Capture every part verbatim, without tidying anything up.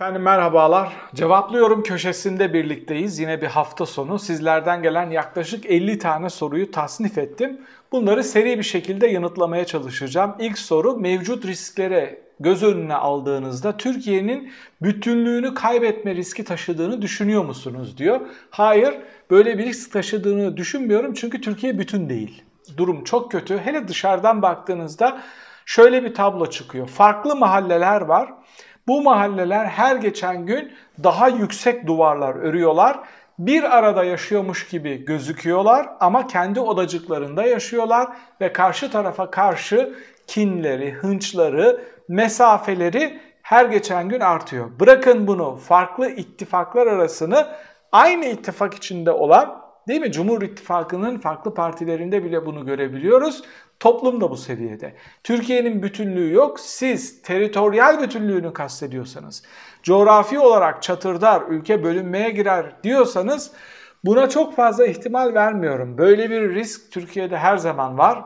Efendim merhabalar. Cevaplıyorum köşesinde birlikteyiz. Yine bir hafta sonu sizlerden gelen yaklaşık elli tane soruyu tasnif ettim. Bunları seri bir şekilde yanıtlamaya çalışacağım. İlk soru, mevcut risklere göz önüne aldığınızda Türkiye'nin bütünlüğünü kaybetme riski taşıdığını düşünüyor musunuz diyor. Hayır, böyle bir risk taşıdığını düşünmüyorum çünkü Türkiye bütün değil. Durum çok kötü. Hele dışarıdan baktığınızda şöyle bir tablo çıkıyor. Farklı mahalleler var. Bu mahalleler her geçen gün daha yüksek duvarlar örüyorlar. Bir arada yaşıyormuş gibi gözüküyorlar ama kendi odacıklarında yaşıyorlar ve karşı tarafa karşı kinleri, hınçları, mesafeleri her geçen gün artıyor. Bırakın bunu, farklı ittifaklar arasını aynı ittifak içinde olan, değil mi? Cumhur İttifakı'nın farklı partilerinde bile bunu görebiliyoruz. Toplum da bu seviyede. Türkiye'nin bütünlüğü yok. Siz teritoryal bütünlüğünü kastediyorsanız, coğrafi olarak çatırdar, ülke bölünmeye girer diyorsanız buna çok fazla ihtimal vermiyorum. Böyle bir risk Türkiye'de her zaman var.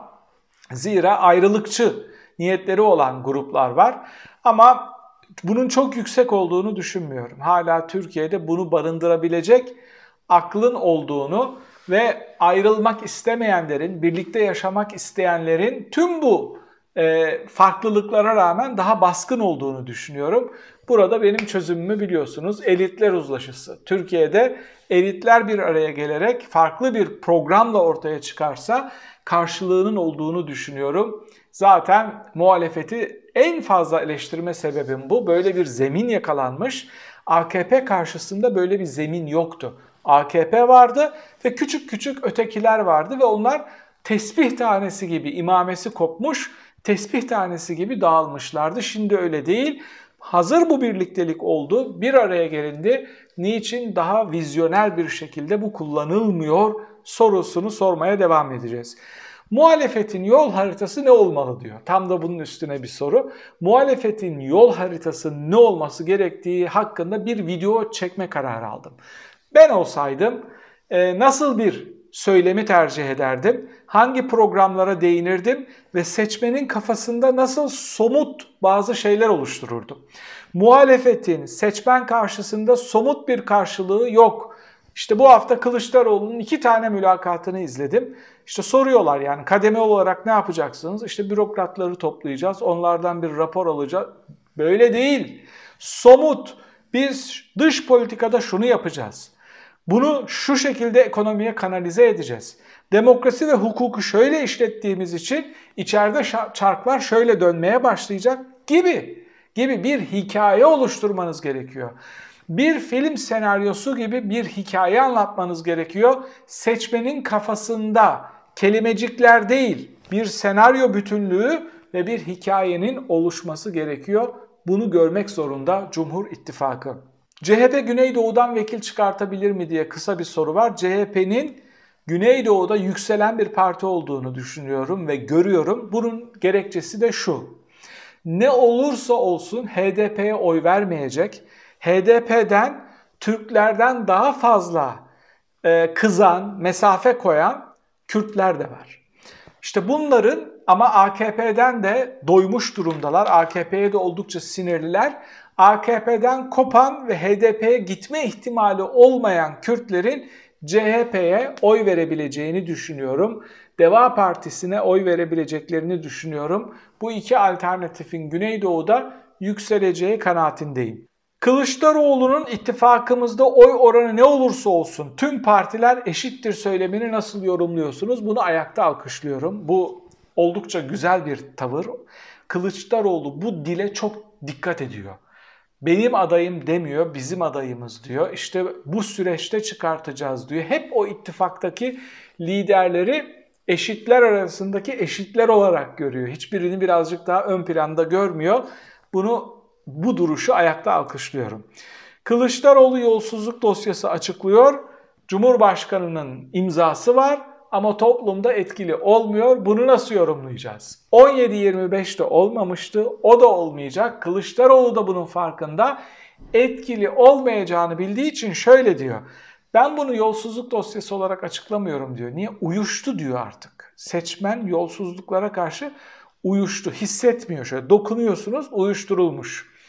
Zira ayrılıkçı niyetleri olan gruplar var. Ama bunun çok yüksek olduğunu düşünmüyorum. Hala Türkiye'de bunu barındırabilecek aklın olduğunu ve ayrılmak istemeyenlerin, birlikte yaşamak isteyenlerin tüm bu e, farklılıklara rağmen daha baskın olduğunu düşünüyorum. Burada benim çözümümü biliyorsunuz, elitler uzlaşısı. Türkiye'de elitler bir araya gelerek farklı bir programla ortaya çıkarsa karşılığının olduğunu düşünüyorum. Zaten muhalefeti en fazla eleştirme sebebim bu. Böyle bir zemin yakalanmış. A K P karşısında böyle bir zemin yoktu. A K P vardı ve küçük küçük ötekiler vardı ve onlar tesbih tanesi gibi, imamesi kopmuş tesbih tanesi gibi dağılmışlardı. Şimdi öyle değil. Hazır bu birliktelik oldu, bir araya gelindi. Niçin daha vizyoner bir şekilde bu kullanılmıyor sorusunu sormaya devam edeceğiz. Muhalefetin yol haritası ne olmalı diyor. Tam da bunun üstüne bir soru. Muhalefetin yol haritası ne olması gerektiği hakkında bir video çekme kararı aldım. Ben olsaydım e, nasıl bir söylemi tercih ederdim, hangi programlara değinirdim ve seçmenin kafasında nasıl somut bazı şeyler oluştururdum. Muhalefetin seçmen karşısında somut bir karşılığı yok. İşte bu hafta Kılıçdaroğlu'nun iki tane mülakatını izledim. İşte soruyorlar yani kademe olarak ne yapacaksınız? İşte bürokratları toplayacağız, onlardan bir rapor alacağız. Böyle değil. Somut. Biz dış politikada şunu yapacağız. Bunu şu şekilde ekonomiye kanalize edeceğiz. Demokrasi ve hukuku şöyle işlettiğimiz için içeride çarklar şöyle dönmeye başlayacak gibi gibi bir hikaye oluşturmanız gerekiyor. Bir film senaryosu gibi bir hikaye anlatmanız gerekiyor. Seçmenin kafasında kelimecikler değil, bir senaryo bütünlüğü ve bir hikayenin oluşması gerekiyor. Bunu görmek zorunda Cumhur İttifakı. C H P Güneydoğu'dan vekil çıkartabilir mi diye kısa bir soru var. C H P'nin Güneydoğu'da yükselen bir parti olduğunu düşünüyorum ve görüyorum. Bunun gerekçesi de şu. Ne olursa olsun H D P'ye oy vermeyecek. H D P'den Türklerden daha fazla e, kızan, mesafe koyan Kürtler de var. İşte bunların ama A K P'den de doymuş durumdalar. A K P'ye de oldukça sinirliler. A K P'den kopan ve H D P'ye gitme ihtimali olmayan Kürtlerin C H P'ye oy verebileceğini düşünüyorum. Deva Partisi'ne oy verebileceklerini düşünüyorum. Bu iki alternatifin Güneydoğu'da yükseleceği kanaatindeyim. Kılıçdaroğlu'nun ittifakımızda oy oranı ne olursa olsun tüm partiler eşittir söylemini nasıl yorumluyorsunuz? Bunu ayakta alkışlıyorum. Bu oldukça güzel bir tavır. Kılıçdaroğlu bu dile çok dikkat ediyor. Benim adayım demiyor, bizim adayımız diyor. İşte bu süreçte çıkartacağız diyor. Hep o ittifaktaki liderleri eşitler arasındaki eşitler olarak görüyor. Hiçbirini birazcık daha ön planda görmüyor. Bunu bu duruşu ayakta alkışlıyorum. Kılıçdaroğlu yolsuzluk dosyası açıklıyor. Cumhurbaşkanının imzası var ama toplumda etkili olmuyor. Bunu nasıl yorumlayacağız? on yedi yirmi beşte olmamıştı, o da olmayacak. Kılıçdaroğlu da bunun farkında. Etkili olmayacağını bildiği için şöyle diyor. Ben bunu yolsuzluk dosyası olarak açıklamıyorum diyor. Niye? Uyuştu diyor artık. Seçmen yolsuzluklara karşı uyuştu, hissetmiyor. Şöyle dokunuyorsunuz, uyuşturulmuş.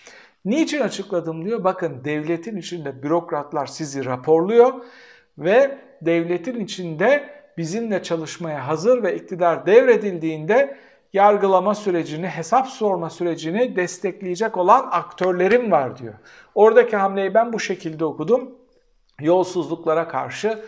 Niçin açıkladım diyor. Bakın devletin içinde bürokratlar sizi raporluyor ve devletin içinde bizimle çalışmaya hazır ve iktidar devredildiğinde yargılama sürecini, hesap sorma sürecini destekleyecek olan aktörlerim var diyor. Oradaki hamleyi ben bu şekilde okudum. Yolsuzluklara karşı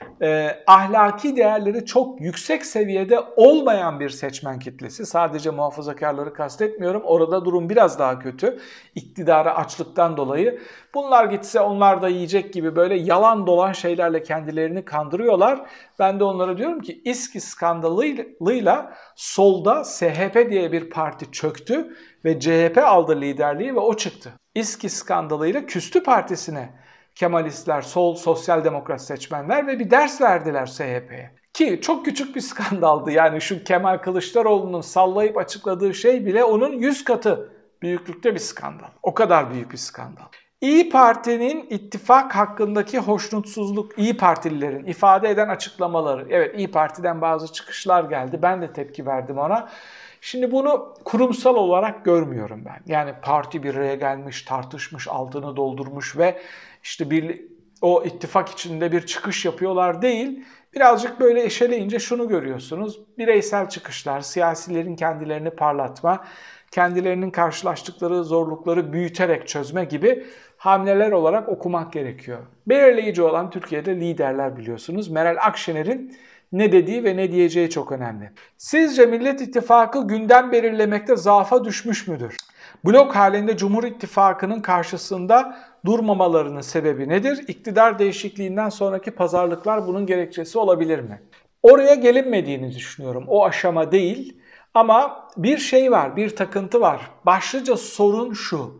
e, ahlaki değerleri çok yüksek seviyede olmayan bir seçmen kitlesi. Sadece muhafazakarları kastetmiyorum. Orada durum biraz daha kötü. İktidara açlıktan dolayı. Bunlar gitse onlar da yiyecek gibi böyle yalan dolan şeylerle kendilerini kandırıyorlar. Ben de onlara diyorum ki İSKİ skandalıyla solda S H P diye bir parti çöktü ve C H P aldı liderliği ve o çıktı. İSKİ skandalıyla küstü partisine Kemalistler, sol, sosyal demokrat seçmenler ve bir ders verdiler S H P'ye. Ki çok küçük bir skandaldı. Yani şu Kemal Kılıçdaroğlu'nun sallayıp açıkladığı şey bile onun yüz katı büyüklükte bir skandal. O kadar büyük bir skandal. İYİ Parti'nin ittifak hakkındaki hoşnutsuzluk, İYİ Partililerin ifade eden açıklamaları. Evet, İYİ Parti'den bazı çıkışlar geldi. Ben de tepki verdim ona. Şimdi bunu kurumsal olarak görmüyorum ben. Yani parti bir araya gelmiş, tartışmış, altını doldurmuş ve işte bir o ittifak içinde bir çıkış yapıyorlar değil. Birazcık böyle eşeleyince şunu görüyorsunuz. Bireysel çıkışlar, siyasilerin kendilerini parlatma, kendilerinin karşılaştıkları zorlukları büyüterek çözme gibi hamleler olarak okumak gerekiyor. Belirleyici olan Türkiye'de liderler biliyorsunuz. Meral Akşener'in ne dediği ve ne diyeceği çok önemli. Sizce Millet İttifakı gündem belirlemekte zaafa düşmüş müdür? Blok halinde Cumhur İttifakı'nın karşısında durmamalarının sebebi nedir? İktidar değişikliğinden sonraki pazarlıklar bunun gerekçesi olabilir mi? Oraya gelinmediğini düşünüyorum. O aşama değil. Ama bir şey var, bir takıntı var. Başlıca sorun şu.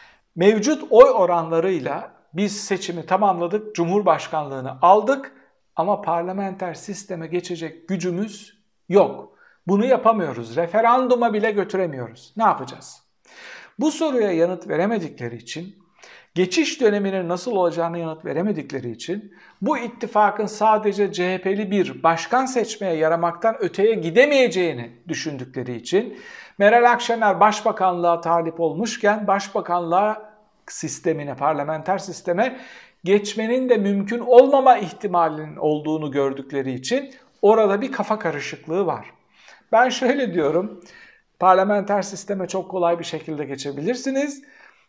Mevcut oy oranlarıyla biz seçimi tamamladık, Cumhurbaşkanlığını aldık ama parlamenter sisteme geçecek gücümüz yok. Bunu yapamıyoruz. Referanduma bile götüremiyoruz. Ne yapacağız? Bu soruya yanıt veremedikleri için, geçiş döneminin nasıl olacağını yanıt veremedikleri için, bu ittifakın sadece C H P'li bir başkan seçmeye yaramaktan öteye gidemeyeceğini düşündükleri için, Meral Akşener başbakanlığa talip olmuşken başbakanlığa sistemine, parlamenter sisteme geçmenin de mümkün olmama ihtimalinin olduğunu gördükleri için orada bir kafa karışıklığı var. Ben şöyle diyorum, parlamenter sisteme çok kolay bir şekilde geçebilirsiniz.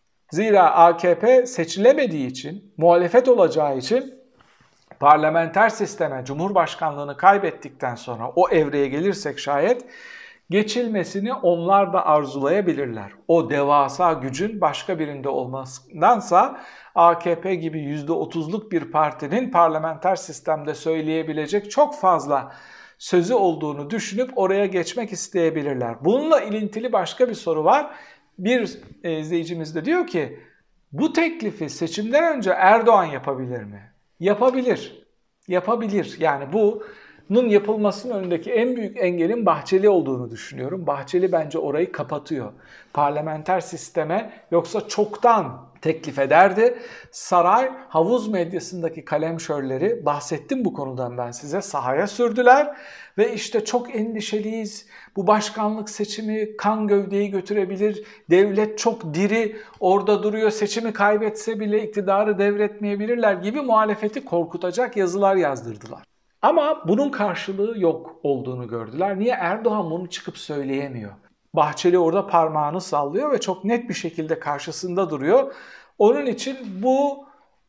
Zira A K P seçilemediği için, muhalefet olacağı için parlamenter sisteme, Cumhurbaşkanlığını kaybettikten sonra o evreye gelirsek şayet geçilmesini onlar da arzulayabilirler. O devasa gücün başka birinde olmasındansa A K P gibi yüzde otuzluk bir partinin parlamenter sistemde söyleyebilecek çok fazla sözü olduğunu düşünüp oraya geçmek isteyebilirler. Bununla ilintili başka bir soru var. Bir izleyicimiz de diyor ki bu teklifi seçimden önce Erdoğan yapabilir mi? Yapabilir. Yapabilir. Yani bunun yapılmasının önündeki en büyük engelin Bahçeli olduğunu düşünüyorum. Bahçeli bence orayı kapatıyor. Parlamenter sisteme yoksa çoktan teklif ederdi. Saray havuz medyasındaki kalemşörleri, bahsettim bu konudan ben size, sahaya sürdüler ve işte çok endişeliyiz. Bu başkanlık seçimi kan gövdeyi götürebilir. Devlet çok diri, orada duruyor. Seçimi kaybetse bile iktidarı devretmeyebilirler gibi muhalefeti korkutacak yazılar yazdırdılar. Ama bunun karşılığı yok olduğunu gördüler. Niye? Erdoğan bunu çıkıp söyleyemiyor. Bahçeli orada parmağını sallıyor ve çok net bir şekilde karşısında duruyor. Onun için bu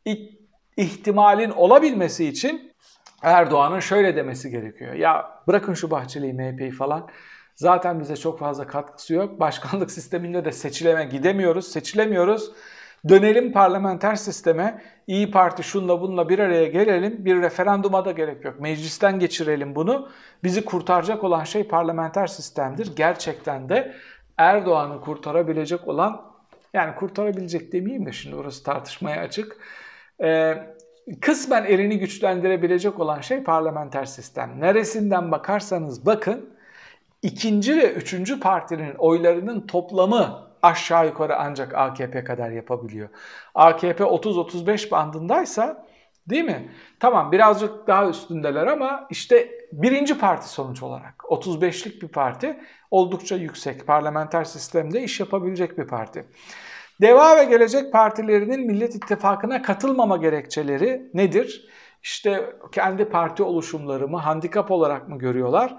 ihtimalin olabilmesi için Erdoğan'ın şöyle demesi gerekiyor. Ya bırakın şu Bahçeli'yi, M H P'yi falan. Zaten bize çok fazla katkısı yok. Başkanlık sisteminde de seçileme gidemiyoruz, seçilemiyoruz. Dönelim parlamenter sisteme. İYİ Parti şunla bununla bir araya gelelim. Bir referanduma da gerek yok. Meclisten geçirelim bunu. Bizi kurtaracak olan şey parlamenter sistemdir. Gerçekten de Erdoğan'ı kurtarabilecek olan, yani kurtarabilecek demeyeyim de şimdi orası tartışmaya açık. Ee, kısmen elini güçlendirebilecek olan şey parlamenter sistem. Neresinden bakarsanız bakın, ikinci ve üçüncü partinin oylarının toplamı aşağı yukarı ancak A K P kadar yapabiliyor. A K P otuz otuz beş bandındaysa, değil mi? Tamam, birazcık daha üstündeler ama işte birinci parti sonuç olarak. otuz beşlik bir parti, oldukça yüksek. Parlamenter sistemde iş yapabilecek bir parti. Deva ve Gelecek partilerinin Millet İttifakı'na katılmama gerekçeleri nedir? İşte kendi parti oluşumları mı, handikap olarak mı görüyorlar?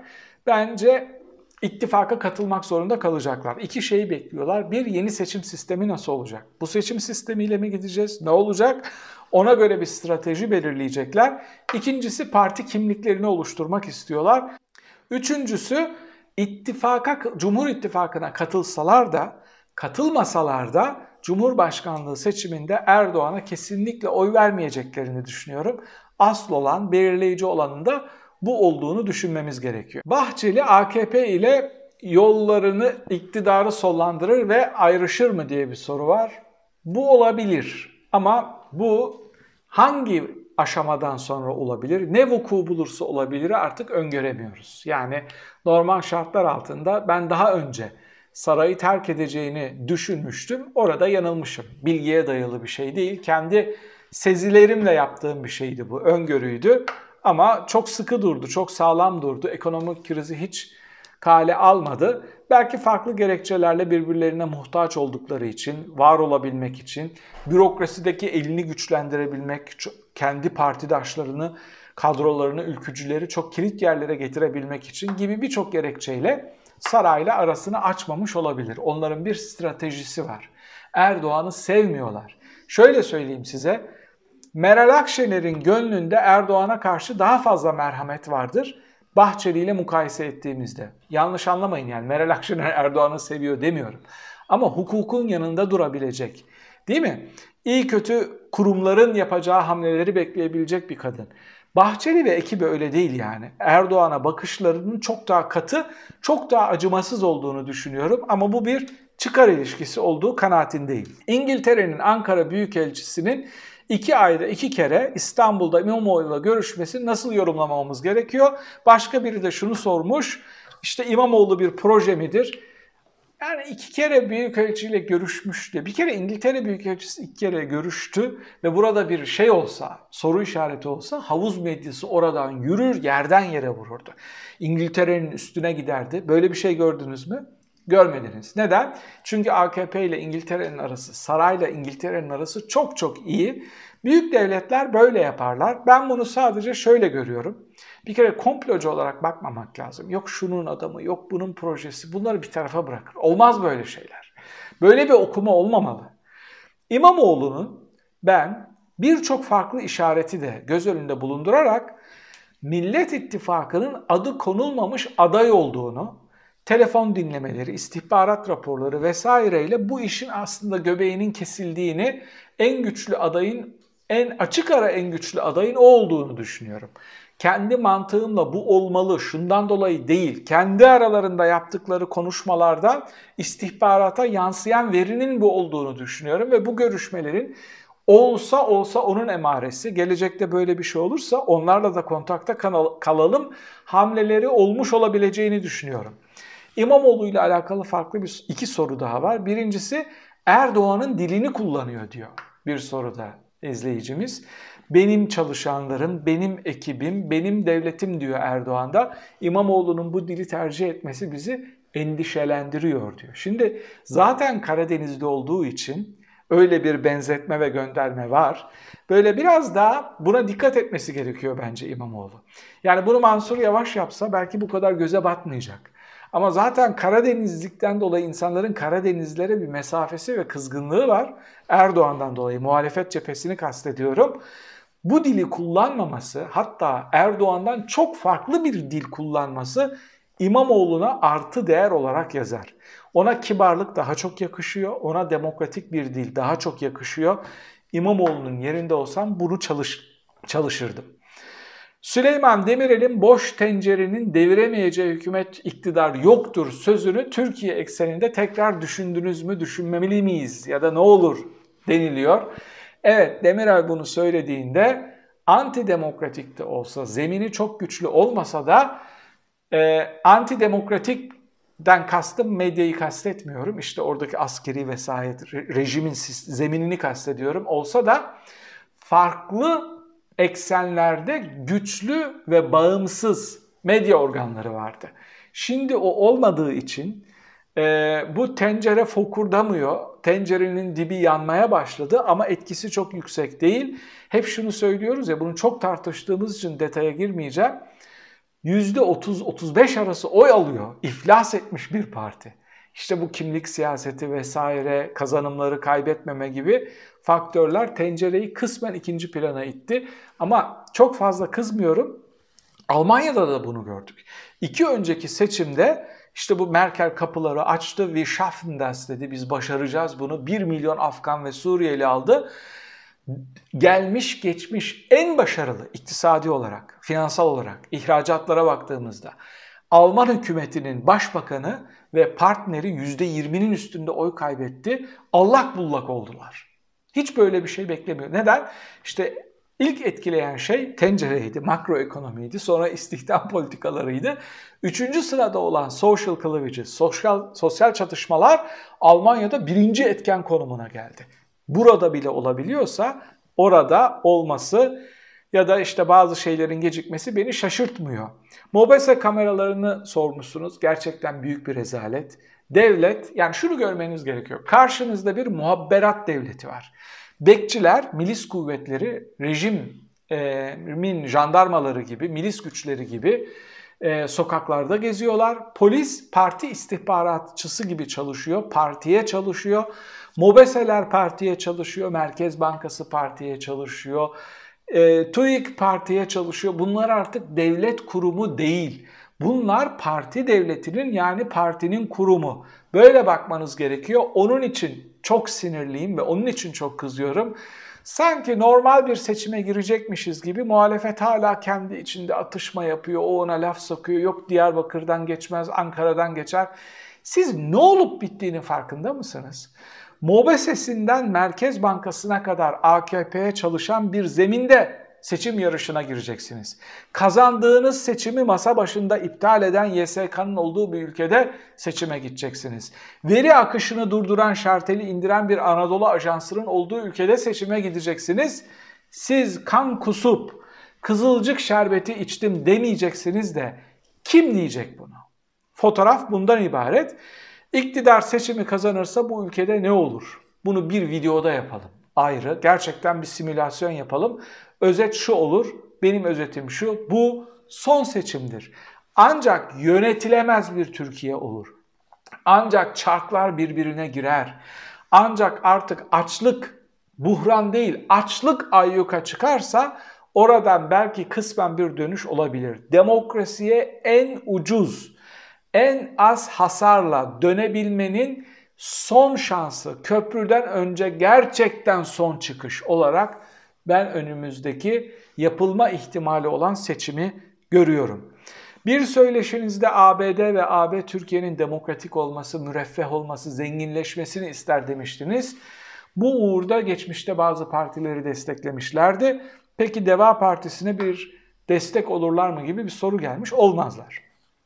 Bence ittifaka katılmak zorunda kalacaklar. İki şeyi bekliyorlar. Bir, yeni seçim sistemi nasıl olacak? Bu seçim sistemiyle mi gideceğiz? Ne olacak? Ona göre bir strateji belirleyecekler. İkincisi, parti kimliklerini oluşturmak istiyorlar. Üçüncüsü, ittifaka, Cumhur İttifakı'na katılsalar da, katılmasalar da Cumhurbaşkanlığı seçiminde Erdoğan'a kesinlikle oy vermeyeceklerini düşünüyorum. Asıl olan, belirleyici olanın da bu olduğunu düşünmemiz gerekiyor. Bahçeli A K P ile yollarını, iktidarı sollandırır ve ayrışır mı diye bir soru var. Bu olabilir ama bu hangi aşamadan sonra olabilir, ne vuku bulursa olabilir artık öngöremiyoruz. Yani normal şartlar altında ben daha önce sarayı terk edeceğini düşünmüştüm. Orada yanılmışım. Bilgiye dayalı bir şey değil. Kendi sezilerimle yaptığım bir şeydi bu. Öngörüydü. Ama çok sıkı durdu, çok sağlam durdu. Ekonomik krizi hiç kale almadı. Belki farklı gerekçelerle birbirlerine muhtaç oldukları için, var olabilmek için, bürokrasideki elini güçlendirebilmek, kendi partidaşlarını, kadrolarını, ülkücüleri çok kilit yerlere getirebilmek için gibi birçok gerekçeyle sarayla arasını açmamış olabilir. Onların bir stratejisi var. Erdoğan'ı sevmiyorlar. Şöyle söyleyeyim size, Meral Akşener'in gönlünde Erdoğan'a karşı daha fazla merhamet vardır Bahçeli ile mukayese ettiğimizde. Yanlış anlamayın, yani Meral Akşener Erdoğan'ı seviyor demiyorum. Ama hukukun yanında durabilecek, değil mi? İyi kötü kurumların yapacağı hamleleri bekleyebilecek bir kadın. Bahçeli ve ekibi öyle değil yani. Erdoğan'a bakışlarının çok daha katı, çok daha acımasız olduğunu düşünüyorum. Ama bu bir çıkar ilişkisi olduğu kanaatindeyim. İngiltere'nin Ankara Büyükelçisi'nin İki ayda iki kere İstanbul'da İmamoğlu'yla görüşmesi nasıl yorumlamamız gerekiyor? Başka biri de şunu sormuş, işte İmamoğlu bir proje midir? Yani iki kere Büyükelçiyle görüşmüştü. Bir kere İngiltere Büyükelçisi iki kere görüştü ve burada bir şey olsa, soru işareti olsa havuz medyası oradan yürür, yerden yere vururdu. İngiltere'nin üstüne giderdi. Böyle bir şey gördünüz mü? Görmediniz. Neden? Çünkü A K P ile İngiltere'nin arası, sarayla İngiltere'nin arası çok çok iyi. Büyük devletler böyle yaparlar. Ben bunu sadece şöyle görüyorum. Bir kere komplocu olarak bakmamak lazım. Yok şunun adamı, yok bunun projesi. Bunları bir tarafa bırakır. Olmaz böyle şeyler. Böyle bir okuma olmamalı. İmamoğlu'nun ben birçok farklı işareti de göz önünde bulundurarak Millet İttifakı'nın adı konulmamış aday olduğunu, telefon dinlemeleri, istihbarat raporları vesaireyle bu işin aslında göbeğinin kesildiğini, en güçlü adayın, en açık ara en güçlü adayın o olduğunu düşünüyorum. Kendi mantığımla bu olmalı, şundan dolayı değil, kendi aralarında yaptıkları konuşmalardan istihbarata yansıyan verinin bu olduğunu düşünüyorum ve bu görüşmelerin olsa olsa onun emaresi, gelecekte böyle bir şey olursa onlarla da kontakta kalalım, hamleleri olmuş olabileceğini düşünüyorum. İmamoğlu ile alakalı farklı bir iki soru daha var. Birincisi, Erdoğan'ın dilini kullanıyor diyor bir soruda izleyicimiz. Benim çalışanlarım, benim ekibim, benim devletim diyor Erdoğan'da. İmamoğlu'nun bu dili tercih etmesi bizi endişelendiriyor diyor. Şimdi zaten Karadeniz'de olduğu için öyle bir benzetme ve gönderme var. Böyle biraz daha buna dikkat etmesi gerekiyor bence İmamoğlu. Yani bunu Mansur Yavaş yapsa belki bu kadar göze batmayacak. Ama zaten Karadenizlikten dolayı insanların Karadenizlere bir mesafesi ve kızgınlığı var. Erdoğan'dan dolayı muhalefet cephesini kastediyorum. Bu dili kullanmaması, hatta Erdoğan'dan çok farklı bir dil kullanması İmamoğlu'na artı değer olarak yazar. Ona kibarlık daha çok yakışıyor, ona demokratik bir dil daha çok yakışıyor. İmamoğlu'nun yerinde olsam bunu çalış, çalışırdım. Süleyman Demirel'in boş tencerenin deviremeyeceği hükümet iktidar yoktur sözünü Türkiye ekseninde tekrar düşündünüz mü, düşünmemeli miyiz ya da ne olur deniliyor. Evet, Demirel bunu söylediğinde antidemokratik de olsa, zemini çok güçlü olmasa da e, antidemokratikten kastım medyayı kastetmiyorum. İşte oradaki askeri vesaire rejimin zeminini kastediyorum. Olsa da farklı eksenlerde güçlü ve bağımsız medya organları vardı. Şimdi o olmadığı için Ee, bu tencere fokurdamıyor. Tencerenin dibi yanmaya başladı ama etkisi çok yüksek değil. Hep şunu söylüyoruz ya, bunu çok tartıştığımız için detaya girmeyeceğim. yüzde otuz otuz beş arası oy alıyor. İflas etmiş bir parti. İşte bu kimlik siyaseti vesaire, kazanımları kaybetmeme gibi faktörler tencereyi kısmen ikinci plana itti. Ama çok fazla kızmıyorum. Almanya'da da bunu gördük. İki önceki seçimde işte bu Merkel kapıları açtı. Wir schaffen das dedi. Biz başaracağız bunu. Bir milyon Afgan ve Suriyeli aldı. Gelmiş geçmiş en başarılı iktisadi olarak, finansal olarak, ihracatlara baktığımızda Alman hükümetinin başbakanı ve partneri yüzde yirminin üstünde oy kaybetti. Allak bullak oldular. Hiç böyle bir şey beklemiyor. Neden? İşte ilk etkileyen şey tencereydi, makroekonomiydi, sonra istihdam politikalarıydı. Üçüncü sırada olan social cleavages, sosyal, sosyal çatışmalar Almanya'da birinci etken konumuna geldi. Burada bile olabiliyorsa orada olması ya da işte bazı şeylerin gecikmesi beni şaşırtmıyor. Mobese kameralarını sormuşsunuz. Gerçekten büyük bir rezalet. Devlet, yani şunu görmeniz gerekiyor. Karşınızda bir muhabberat devleti var. Bekçiler, milis kuvvetleri, rejimin jandarmaları gibi, milis güçleri gibi e, sokaklarda geziyorlar. Polis parti istihbaratçısı gibi çalışıyor, partiye çalışıyor. Mobeseler partiye çalışıyor, Merkez Bankası partiye çalışıyor, e, TÜİK partiye çalışıyor. Bunlar artık devlet kurumu değil. Bunlar parti devletinin, yani partinin kurumu. Böyle bakmanız gerekiyor. Onun için çok sinirliyim ve onun için çok kızıyorum. Sanki normal bir seçime girecekmişiz gibi muhalefet hala kendi içinde atışma yapıyor. O ona laf sokuyor. Yok Diyarbakır'dan geçmez, Ankara'dan geçer. Siz ne olup bittiğinin farkında mısınız? Mobesesinden Merkez Bankası'na kadar A K P'ye çalışan bir zeminde seçim yarışına gireceksiniz. Kazandığınız seçimi masa başında iptal eden Y S K'nın olduğu bir ülkede seçime gideceksiniz. Veri akışını durduran, şarteli indiren bir Anadolu Ajansı'nın olduğu ülkede seçime gideceksiniz. Siz kan kusup kızılcık şerbeti içtim demeyeceksiniz de kim diyecek bunu? Fotoğraf bundan ibaret. İktidar seçimi kazanırsa bu ülkede ne olur? Bunu bir videoda yapalım. Ayrı, gerçekten bir simülasyon yapalım. Özet şu olur, benim özetim şu, bu son seçimdir. Ancak yönetilemez bir Türkiye olur. Ancak çarklar birbirine girer. Ancak artık açlık, buhran değil, açlık ayyuka çıkarsa oradan belki kısmen bir dönüş olabilir. Demokrasiye en ucuz, en az hasarla dönebilmenin son şansı, köprüden önce gerçekten son çıkış olarak ben önümüzdeki yapılma ihtimali olan seçimi görüyorum. Bir söyleşinizde A B D ve A B Türkiye'nin demokratik olması, müreffeh olması, zenginleşmesini ister demiştiniz. Bu uğurda geçmişte bazı partileri desteklemişlerdi. Peki Deva Partisi'ne bir destek olurlar mı gibi bir soru gelmiş. Olmazlar.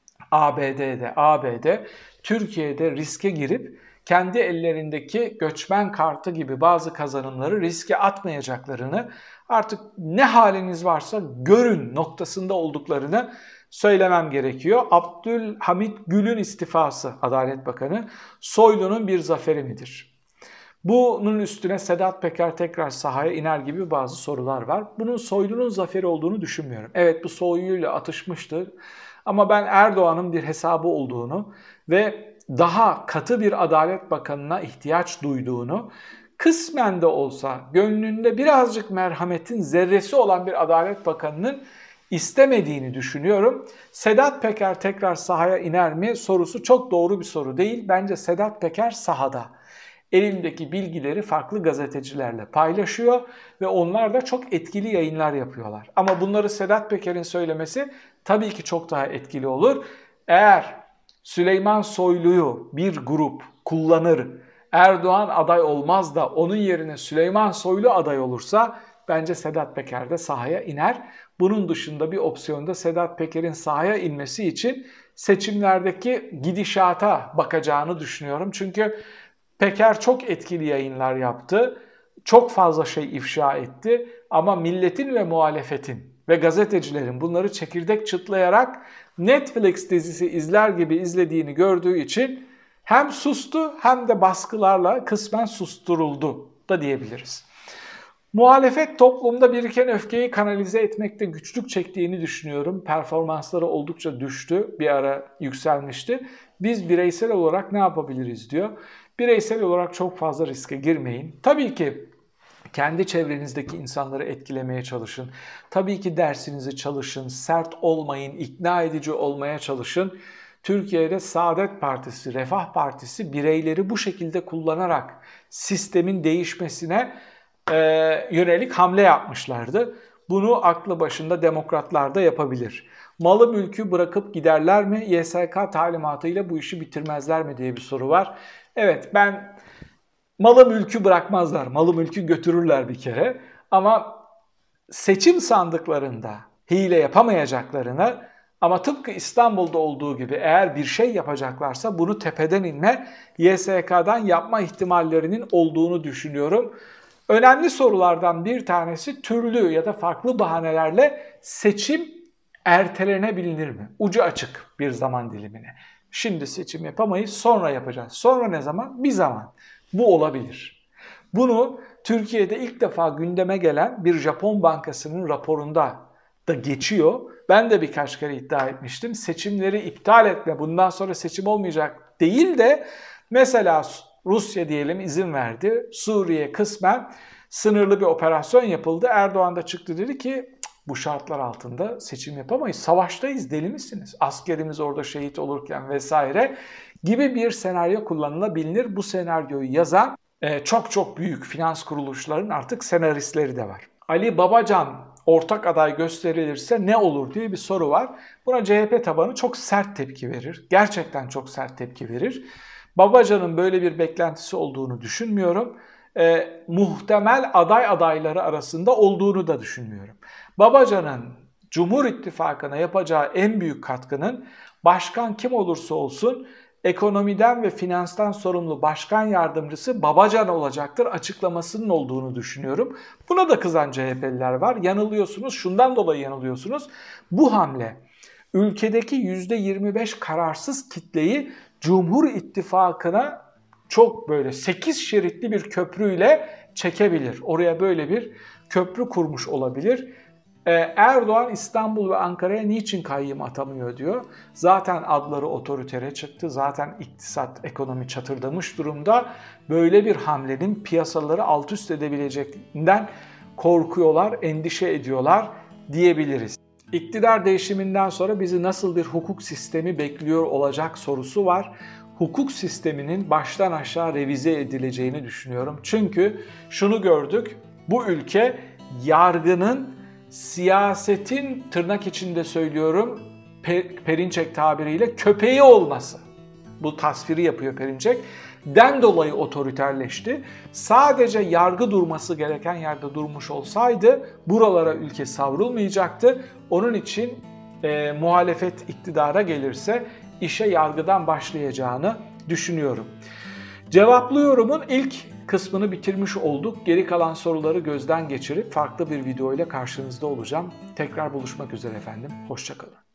A B D'de, A B D, Türkiye'de riske girip kendi ellerindeki göçmen kartı gibi bazı kazanımları riske atmayacaklarını, artık ne haliniz varsa görün noktasında olduklarını söylemem gerekiyor. Abdülhamit Gül'ün istifası, Adalet Bakanı, Soylu'nun bir zaferi midir? Bunun üstüne Sedat Peker tekrar sahaya iner gibi bazı sorular var. Bunun Soylu'nun zaferi olduğunu düşünmüyorum. Evet, bu Soylu'yla atışmıştır ama ben Erdoğan'ın bir hesabı olduğunu ve daha katı bir Adalet Bakanı'na ihtiyaç duyduğunu, kısmen de olsa gönlünde birazcık merhametin zerresi olan bir Adalet Bakanı'nın istemediğini düşünüyorum. Sedat Peker tekrar sahaya iner mi sorusu çok doğru bir soru değil. Bence Sedat Peker sahada. Elindeki bilgileri farklı gazetecilerle paylaşıyor ve onlar da çok etkili yayınlar yapıyorlar. Ama bunları Sedat Peker'in söylemesi tabii ki çok daha etkili olur. Eğer Süleyman Soylu'yu bir grup kullanır, Erdoğan aday olmaz da onun yerine Süleyman Soylu aday olursa bence Sedat Peker de sahaya iner. Bunun dışında bir opsiyonda Sedat Peker'in sahaya inmesi için seçimlerdeki gidişata bakacağını düşünüyorum. Çünkü Peker çok etkili yayınlar yaptı, çok fazla şey ifşa etti ama milletin ve muhalefetin ve gazetecilerin bunları çekirdek çıtlayarak Netflix dizisi izler gibi izlediğini gördüğü için Hem sustu hem de baskılarla kısmen susturuldu da diyebiliriz. Muhalefet toplumda biriken öfkeyi kanalize etmekte güçlük çektiğini düşünüyorum. Performansları oldukça düştü. Bir ara yükselmişti. Biz bireysel olarak ne yapabiliriz diyor. Bireysel olarak çok fazla riske girmeyin. Tabii ki kendi çevrenizdeki insanları etkilemeye çalışın. Tabii ki dersinizi çalışın, sert olmayın, ikna edici olmaya çalışın. Türkiye'de Saadet Partisi, Refah Partisi bireyleri bu şekilde kullanarak sistemin değişmesine e, yönelik hamle yapmışlardı. Bunu aklı başında demokratlar da yapabilir. Malı mülkü bırakıp giderler mi? Y S K talimatıyla bu işi bitirmezler mi diye bir soru var. Evet, ben malı mülkü bırakmazlar, malı mülkü götürürler bir kere. Ama seçim sandıklarında hile yapamayacaklarını, ama tıpkı İstanbul'da olduğu gibi eğer bir şey yapacaklarsa bunu tepeden inme Y S K'dan yapma ihtimallerinin olduğunu düşünüyorum. Önemli sorulardan bir tanesi türlü ya da farklı bahanelerle seçim ertelenebilir mi? Ucu açık bir zaman dilimine. Şimdi seçim yapamayız, sonra yapacağız. Sonra ne zaman? Bir zaman. Bu olabilir. Bunu Türkiye'de ilk defa gündeme gelen bir Japon bankasının raporunda da geçiyor. Ben de birkaç kere iddia etmiştim. Seçimleri iptal etme, bundan sonra seçim olmayacak değil de mesela Rusya diyelim izin verdi. Suriye kısmen sınırlı bir operasyon yapıldı. Erdoğan da çıktı, dedi ki bu şartlar altında seçim yapamayız. Savaştayız, deli misiniz? Askerimiz orada şehit olurken vesaire gibi bir senaryo kullanılabilir. Bu senaryoyu yazan e, çok çok büyük finans kuruluşların artık senaristleri de var. Ali Babacan ortak aday gösterilirse ne olur diye bir soru var. Buna C H P tabanı çok sert tepki verir. Gerçekten çok sert tepki verir. Babacan'ın böyle bir beklentisi olduğunu düşünmüyorum. E, muhtemel aday adayları arasında olduğunu da düşünmüyorum. Babacan'ın Cumhur İttifakı'na yapacağı en büyük katkının başkan kim olursa olsun ekonomiden ve finanstan sorumlu başkan yardımcısı Babacan olacaktır açıklamasının olduğunu düşünüyorum. Buna da kızan C H P'liler var. Yanılıyorsunuz, şundan dolayı yanılıyorsunuz. Bu hamle ülkedeki yüzde yirmi beş kararsız kitleyi Cumhur İttifakı'na çok böyle sekiz şeritli bir köprüyle çekebilir. Oraya böyle bir köprü kurmuş olabilir. Erdoğan İstanbul ve Ankara'ya niçin kayyım atamıyor diyor. Zaten adları otoritere çıktı. Zaten iktisat, ekonomi çatırdamış durumda. Böyle bir hamlenin piyasaları alt üst edebileceğinden korkuyorlar, endişe ediyorlar diyebiliriz. İktidar değişiminden sonra bizi nasıl bir hukuk sistemi bekliyor olacak sorusu var. Hukuk sisteminin baştan aşağı revize edileceğini düşünüyorum. Çünkü şunu gördük, bu ülke yargının siyasetin, tırnak içinde söylüyorum, Perinçek tabiriyle köpeği olması. Bu tasviri yapıyor Perinçek. Den dolayı otoriterleşti. Sadece yargı durması gereken yerde durmuş olsaydı buralara ülke savrulmayacaktı. Onun için e, muhalefet iktidara gelirse işe yargıdan başlayacağını düşünüyorum. Cevaplıyorum'un ilk kısmını bitirmiş olduk. Geri kalan soruları gözden geçirip farklı bir video ile karşınızda olacağım. Tekrar buluşmak üzere efendim. Hoşça kalın.